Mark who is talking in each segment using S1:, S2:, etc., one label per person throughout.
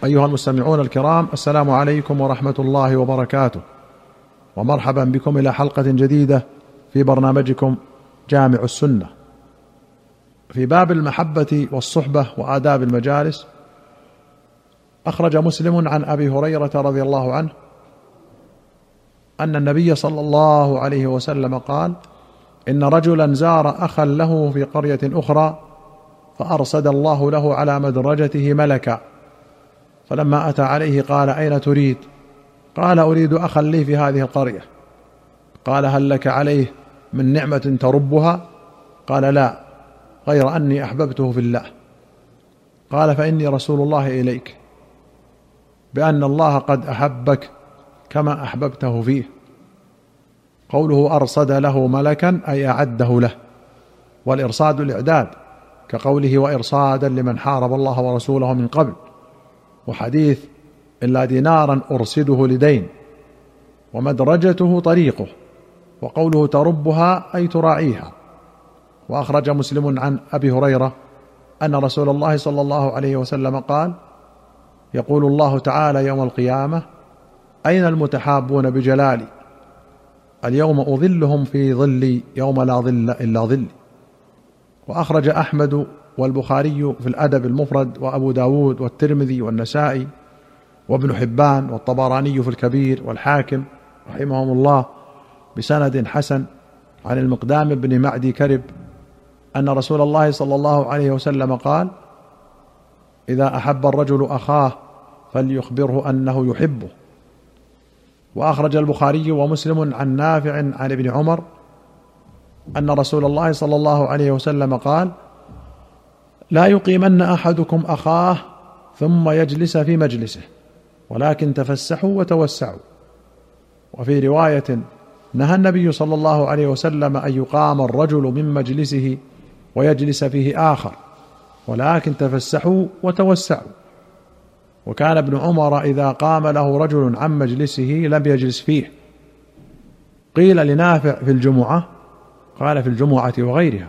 S1: أيها المستمعون الكرام، السلام عليكم ورحمة الله وبركاته، ومرحبا بكم إلى حلقة جديدة في برنامجكم جامع السنة. في باب المحبة والصحبة وآداب المجالس، أخرج مسلم عن أبي هريرة رضي الله عنه أن النبي صلى الله عليه وسلم قال: إن رجلا زار أخا له في قرية أخرى فأرصد الله له على مدرجته ملكا، فلما أتى عليه قال: أين تريد؟ قال: أريد أخا لي في هذه القرية. قال: هل لك عليه من نعمة تربها؟ قال: لا، غير أني أحببته في الله. قال: فإني رسول الله إليك بأن الله قد أحبك كما أحببته فيه. قوله أرصد له ملكا أي أعده له، والإرصاد الإعداد، كقوله: وإرصادا لمن حارب الله ورسوله من قبل، وحديث: إلا دينارا أرصده لدين. ومدرجته طريقه، وقوله تربها أي تراعيها. وأخرج مسلم عن أبي هريرة أن رسول الله صلى الله عليه وسلم قال: يقول الله تعالى يوم القيامة: أين المتحابون بجلالي؟ اليوم أظلهم في ظلي يوم لا ظل إلا ظلي. وأخرج أحمد والبخاري في الأدب المفرد، وأبو داود والترمذي والنسائي وابن حبان والطبراني في الكبير والحاكم رحمهم الله بسند حسن عن المقدام بن معدي كرب أن رسول الله صلى الله عليه وسلم قال: إذا أحب الرجل أخاه فليخبره أنه يحبه. وأخرج البخاري ومسلم عن نافع عن ابن عمر أن رسول الله صلى الله عليه وسلم قال: لا يقيمن أحدكم أخاه ثم يجلس في مجلسه، ولكن تفسحوا وتوسعوا. وفي رواية: نهى النبي صلى الله عليه وسلم أن يقام الرجل من مجلسه ويجلس فيه آخر، ولكن تفسحوا وتوسعوا. وكان ابن عمر إذا قام له رجل عن مجلسه لم يجلس فيه. قيل لنافع: في الجمعة؟ قال: في الجمعة وغيرها.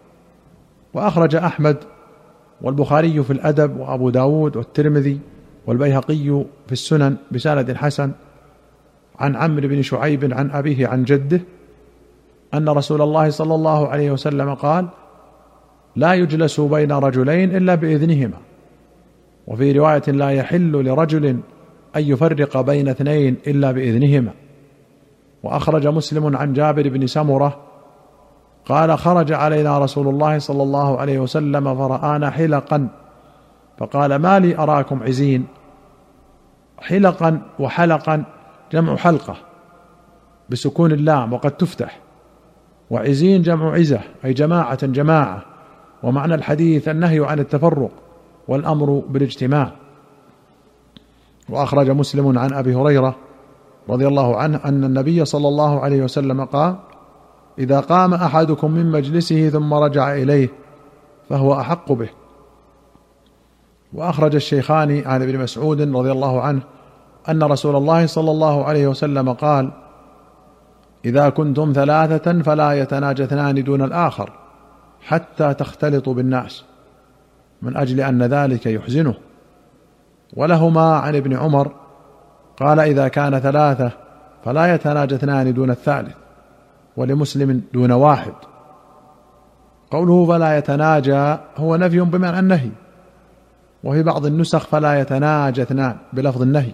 S1: وأخرج أحمد والبخاري في الأدب، وأبو داود والترمذي والبيهقي في السنن بسند حسن عن عمرو بن شعيب عن أبيه عن جده أن رسول الله صلى الله عليه وسلم قال: لا يجلس بين رجلين إلا بإذنهما. وفي رواية: لا يحل لرجل أن يفرق بين اثنين إلا بإذنهما. وأخرج مسلم عن جابر بن سمرة قال: خرج علينا رسول الله صلى الله عليه وسلم فرآنا حلقا، فقال: ما لي أراكم عزين؟ حلقا وحلقا جمع حلقة بسكون اللام وقد تفتح، وعزين جمع عزة أي جماعة جماعة. ومعنى الحديث النهي عن التفرق والأمر بالاجتماع. وأخرج مسلم عن أبي هريرة رضي الله عنه أن النبي صلى الله عليه وسلم قال: إذا قام أحدكم من مجلسه ثم رجع إليه فهو أحق به. وأخرج الشيخان عن ابن مسعود رضي الله عنه أن رسول الله صلى الله عليه وسلم قال: إذا كنتم ثلاثة فلا يتناجى اثنان دون الآخر حتى تختلطوا بالناس، من أجل أن ذلك يحزنه. ولهما عن ابن عمر قال: إذا كان ثلاثة فلا يتناجى اثنان دون الثالث، ولمسلم دون واحد. قوله فلا يتناجى هو نفي بمعنى النهي، وفي بعض النسخ فلا يتناجى اثنان بلفظ النهي.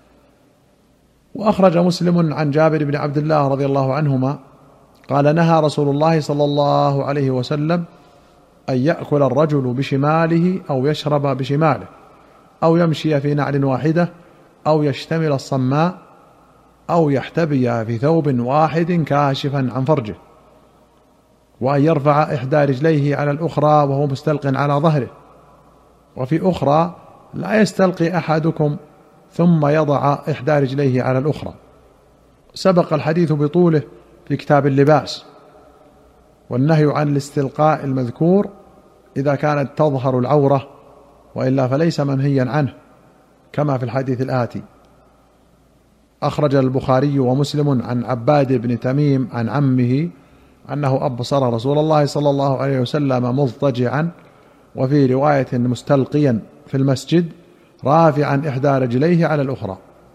S1: وأخرج مسلم عن جابر بن عبد الله رضي الله عنهما قال: نهى رسول الله صلى الله عليه وسلم أن يأكل الرجل بشماله أو يشرب بشماله أو يمشي في نعل واحدة أو يشتمل الصماء أو يحتبي في ثوب واحد كاشفا عن فرجه، وأن يرفع إحدى رجليه على الأخرى وهو مستلق على ظهره. وفي أخرى: لا يستلقي أحدكم ثم يضع إحدى رجليه على الأخرى. سبق الحديث بطوله في كتاب اللباس. والنهي عن الاستلقاء المذكور إذا كانت تظهر العورة، وإلا فليس منهيا عنه كما في الحديث الآتي. أخرج البخاري ومسلم عن عباد بن تميم عن عمه أنه أبصر رسول الله صلى الله عليه وسلم مضطجعا، وفي رواية مستلقيا في المسجد، رافعا إحدى رجليه على الأخرى.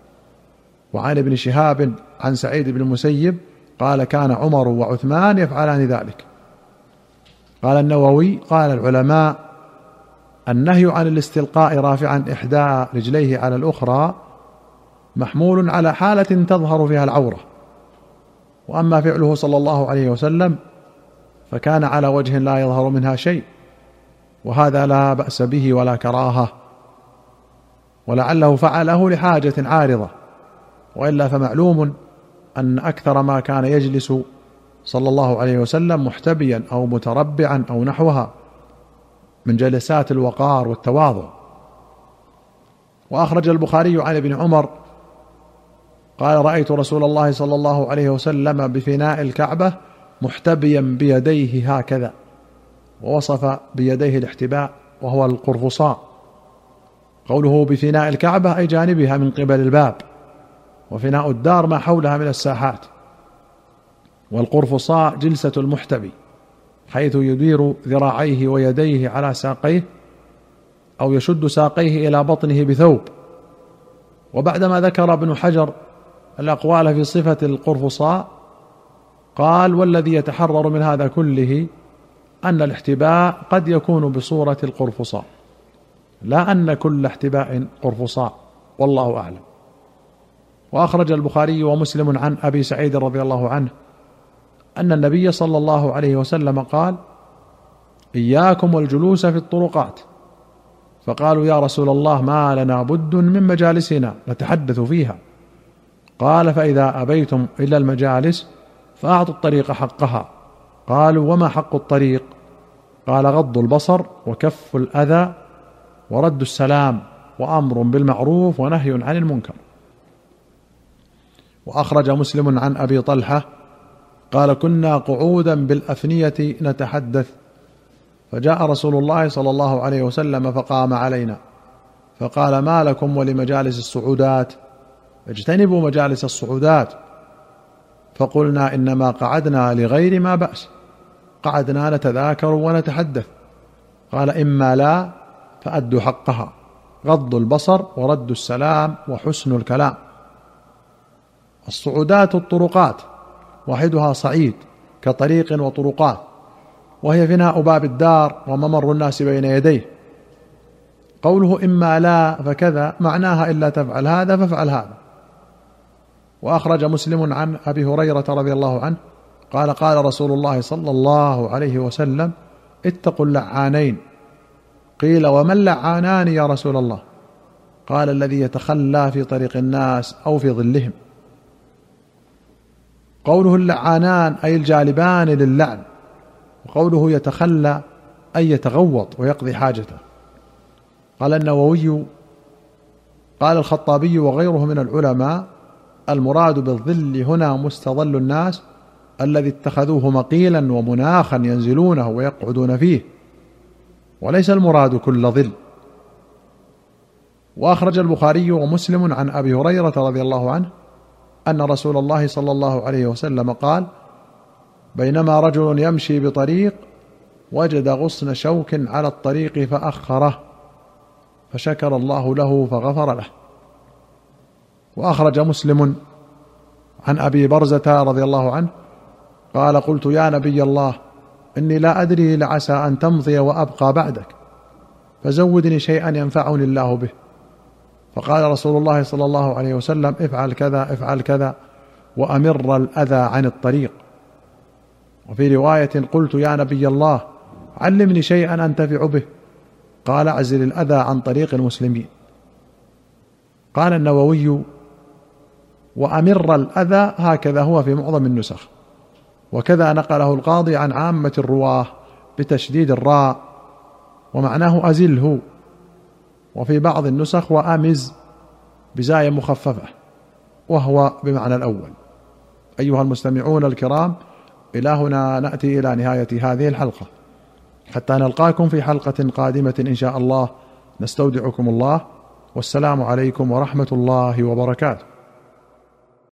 S1: وعن ابن شهاب عن سعيد بن المسيب قال كان عمر وعثمان يفعلان ذلك. قال النووي قال العلماء النهي عن الاستلقاء رافعا إحدى رجليه على الأخرى محمول على حالة تظهر فيها العورة، وأما فعله صلى الله عليه وسلم فكان على وجه لا يظهر منها شيء، وهذا لا بأس به ولا كراهة، ولعله فعله لحاجة عارضة، وإلا فمعلوم أن أكثر ما كان يجلس صلى الله عليه وسلم محتبيا أو متربعا أو نحوها من جلسات الوقار والتواضع. وأخرج البخاري عن ابن عمر قال رأيت رسول الله صلى الله عليه وسلم بفناء الكعبة محتبيا بيديه هكذا، ووصف بيديه الاحتباء وهو القرفصاء. قوله بفناء الكعبة أي جانبها من قبل الباب، وفناء الدار ما حولها من الساحات، والقرفصاء جلسة المحتبي حيث يدير ذراعيه ويديه على ساقيه أو يشد ساقيه إلى بطنه بثوب. وبعدما ذكر ابن حجر الأقوال في صفة القرفصاء قال والذي يتحرر من هذا كله أن الاحتباء قد يكون بصورة القرفصاء، لا أن كل احتباء قرفصاء، والله أعلم. وأخرج البخاري ومسلم عن أبي سعيد رضي الله عنه أن النبي صلى الله عليه وسلم قال إياكم والجلوس في الطرقات، فقالوا يا رسول الله ما لنا بد من مجالسنا نتحدث فيها، قال فإذا أبيتم إلا المجالس فأعطوا الطريق حقها. قالوا وما حق الطريق؟ قال غض البصر وكف الأذى ورد السلام وأمر بالمعروف ونهي عن المنكر. وأخرج مسلم عن أبي طلحة قال كنا قعودا بالأفنية نتحدث، فجاء رسول الله صلى الله عليه وسلم فقام علينا فقال ما لكم ولمجالس الصعودات، اجتنبوا مجالس الصعودات. فقلنا إنما قعدنا لغير ما بأس، قعدنا نتذاكر ونتحدث. قال إما لا فأدوا حقها، غض البصر ورد السلام وحسن الكلام. الصعودات الطرقات واحدها صعيد كطريق وطرقات، وهي فناء باب الدار وممر الناس بين يديه. قوله إما لا فكذا معناها إلا تفعل هذا فافعل هذا. وأخرج مسلم عن أبي هريرة رضي الله عنه قال قال رسول الله صلى الله عليه وسلم اتقوا اللعانين. قيل وما اللعانان يا رسول الله؟ قال الذي يتخلى في طريق الناس أو في ظلهم. قوله اللعانان أي الجالبان للعن، وقوله يتخلى أي يتغوط ويقضي حاجته. قال النووي قال الخطابي وغيره من العلماء المراد بالظل هنا مستظل الناس الذي اتخذوه مقيلا ومناخا ينزلونه ويقعدون فيه، وليس المراد كل ظل. وأخرج البخاري ومسلم عن أبي هريرة رضي الله عنه أن رسول الله صلى الله عليه وسلم قال بينما رجل يمشي بطريق وجد غصن شوك على الطريق فأخره فشكر الله له فغفر له. وأخرج مسلم عن أبي برزة رضي الله عنه قال قلت يا نبي الله إني لا أدري لعسى أن تمضي وأبقى بعدك، فزودني شيئا ينفعني الله به. فقال رسول الله صلى الله عليه وسلم افعل كذا افعل كذا وأمر الأذى عن الطريق. وفي رواية قلت يا نبي الله علمني شيئا أنتفع به، قال أعزل الأذى عن طريق المسلمين. قال النووي وأمر الأذى هكذا هو في معظم النسخ، وكذا نقله القاضي عن عامة الرواه بتشديد الراء ومعناه أزله، وفي بعض النسخ وأمز بزاية مخففة وهو بمعنى الأول. أيها المستمعون الكرام، إلى هنا نأتي إلى نهاية هذه الحلقة، حتى نلقاكم في حلقة قادمة إن شاء الله. نستودعكم الله، والسلام عليكم ورحمة الله وبركاته.